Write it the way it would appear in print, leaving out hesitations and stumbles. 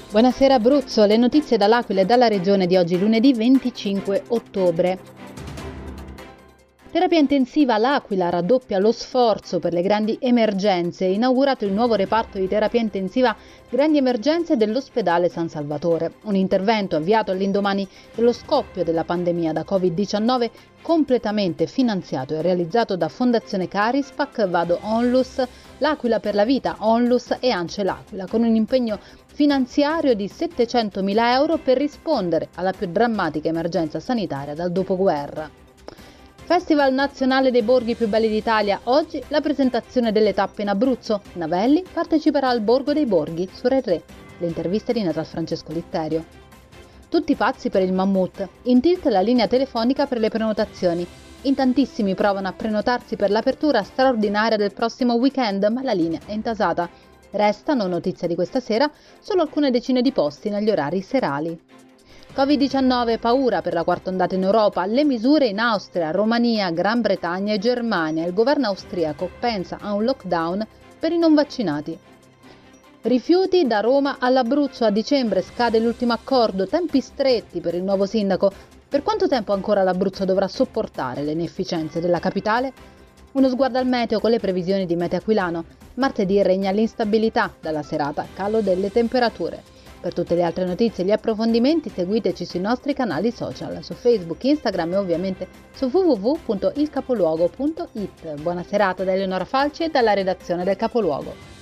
Buonasera Abruzzo, le notizie dall'Aquila e dalla regione di oggi lunedì 25 ottobre. Terapia intensiva all'Aquila raddoppia lo sforzo per le grandi emergenze. Inaugurato il nuovo reparto di terapia intensiva grandi emergenze dell'ospedale San Salvatore. Un intervento avviato all'indomani dello scoppio della pandemia da Covid-19 completamente finanziato e realizzato da Fondazione Carispac, Vado Onlus, L'Aquila per la Vita, Onlus e Ance L'Aquila, con un impegno finanziario di 700.000 euro per rispondere alla più drammatica emergenza sanitaria dal dopoguerra. Festival nazionale dei borghi più belli d'Italia, oggi la presentazione delle tappe in Abruzzo. Navelli parteciperà al Borgo dei Borghi su Rai 3. Le interviste di Natal Francesco Litterio. Tutti pazzi per il mammut. In tilt la linea telefonica per le prenotazioni. In tantissimi provano a prenotarsi per l'apertura straordinaria del prossimo weekend, ma la linea è intasata. Restano, notizia di questa sera, solo alcune decine di posti negli orari serali. Covid-19, paura per la quarta ondata in Europa, le misure in Austria, Romania, Gran Bretagna e Germania. Il governo austriaco pensa a un lockdown per i non vaccinati. Rifiuti da Roma all'Abruzzo, a dicembre scade l'ultimo accordo, tempi stretti per il nuovo sindaco. Per quanto tempo ancora l'Abruzzo dovrà sopportare le inefficienze della capitale? Uno sguardo al meteo con le previsioni di Meteaquilano. Martedì regna l'instabilità, dalla serata calo delle temperature. Per tutte le altre notizie e gli approfondimenti seguiteci sui nostri canali social, su Facebook, Instagram e ovviamente su www.ilcapoluogo.it. Buona serata da Eleonora Falci e dalla redazione del Capoluogo.